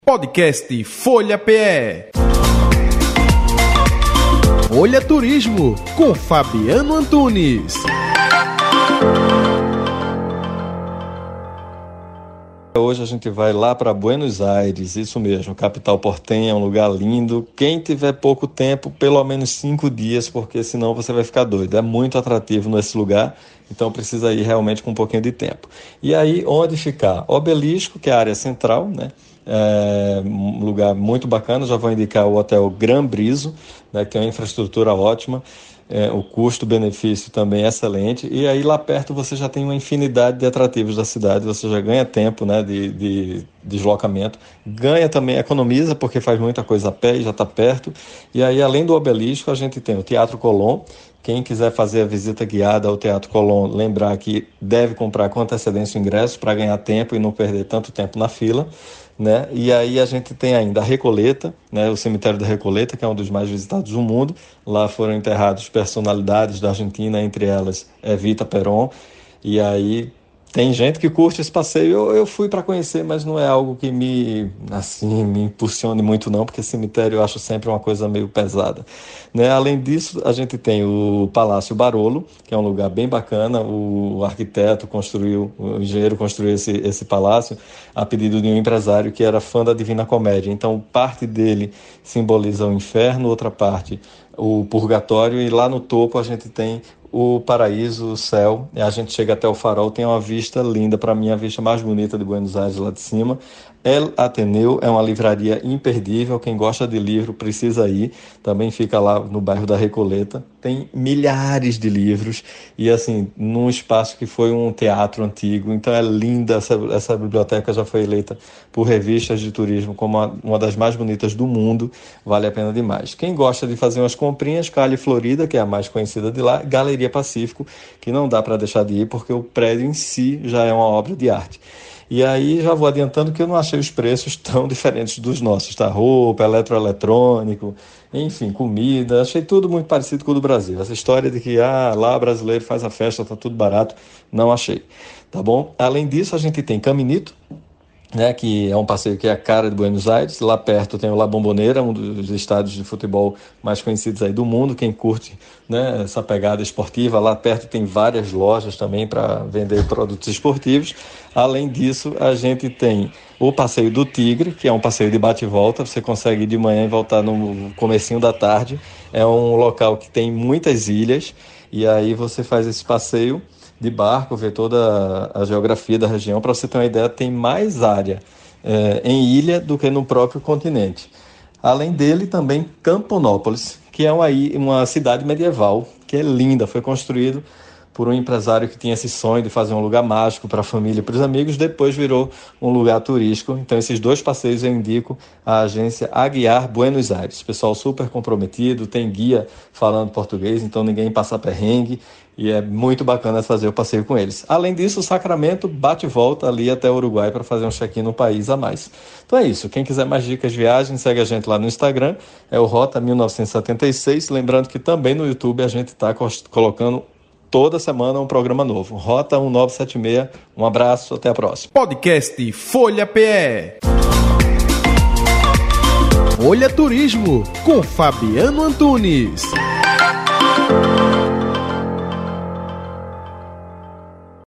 Podcast Folha PE. Folha Turismo, com Fabiano Antunes. Hoje a gente vai lá para Buenos Aires, isso mesmo, capital portenha, é um lugar lindo. Quem tiver pouco tempo, pelo menos 5 dias, porque senão você vai ficar doido. É muito atrativo nesse lugar, então precisa ir realmente com um pouquinho de tempo. E aí, onde ficar? Obelisco, que é a área central, né? É um lugar muito bacana. Já vou indicar o Hotel Gran Brizo, né, que tem uma infraestrutura ótima, o custo-benefício também é excelente, e aí lá perto você já tem uma infinidade de atrativos da cidade, você já ganha tempo, né, de deslocamento, ganha também, economiza, porque faz muita coisa a pé e já está perto. E aí, além do Obelisco, a gente tem o Teatro Colón. Quem quiser fazer a visita guiada ao Teatro Colón, lembrar que deve comprar com antecedência o ingresso para ganhar tempo e não perder tanto tempo na fila, né? E aí a gente tem ainda a Recoleta, né? O cemitério da Recoleta, que é um dos mais visitados do mundo. Lá foram enterrados personalidades da Argentina, entre elas Evita Perón. E aí tem gente que curte esse passeio. Eu fui para conhecer, mas não é algo que me impulsione muito não, porque cemitério eu acho sempre uma coisa meio pesada, né? Além disso, a gente tem o Palácio Barolo, que é um lugar bem bacana. O arquiteto construiu, o engenheiro construiu esse palácio a pedido de um empresário que era fã da Divina Comédia. Então, parte dele simboliza o inferno, outra parte o purgatório, e lá no topo a gente tem o paraíso, o céu. A gente chega até o farol, tem uma vista linda, para mim a vista mais bonita de Buenos Aires lá de cima. El Ateneu é uma livraria imperdível, quem gosta de livro precisa ir, também fica lá no bairro da Recoleta, tem milhares de livros, e assim, num espaço que foi um teatro antigo, então é linda, essa biblioteca já foi eleita por revistas de turismo como uma das mais bonitas do mundo, vale a pena demais. Quem gosta de fazer umas comprinhas, Cali Florida, que é a mais conhecida de lá, Galeria Pacífico, que não dá para deixar de ir, porque o prédio em si já é uma obra de arte. E aí já vou adiantando que eu não achei os preços tão diferentes dos nossos, tá? Roupa, eletroeletrônico, enfim, comida, achei tudo muito parecido com o do Brasil. Essa história de que lá brasileiro faz a festa, tá tudo barato, não achei, tá bom? Além disso, a gente tem Caminito, né, que é um passeio que é a cara de Buenos Aires. Lá perto tem o La Bombonera, um dos estádios de futebol mais conhecidos aí do mundo. Quem curte, né, essa pegada esportiva, lá perto tem várias lojas também para vender produtos esportivos. Além disso, a gente tem o Passeio do Tigre, que é um passeio de bate e volta. Você consegue ir de manhã e voltar no comecinho da tarde. É um local que tem muitas ilhas, e aí você faz esse passeio de barco, ver toda a geografia da região. Para você ter uma ideia, tem mais área em ilha do que no próprio continente. Além dele, também Camponópolis, que é uma cidade medieval, que é linda, foi construído por um empresário que tinha esse sonho de fazer um lugar mágico para a família e para os amigos, depois virou um lugar turístico. Então esses dois passeios eu indico a agência Aguiar Buenos Aires. Pessoal super comprometido, tem guia falando português, então ninguém passa perrengue, e é muito bacana fazer o passeio com eles. Além disso, o Sacramento bate e volta ali até o Uruguai para fazer um check-in no país a mais. Então é isso, quem quiser mais dicas de viagem, segue a gente lá no Instagram, é o Rota 1976, lembrando que também no YouTube a gente está colocando toda semana um programa novo. Rota 1976. Um abraço, até a próxima. Podcast Folha PE. Folha Turismo, com Fabiano Antunes.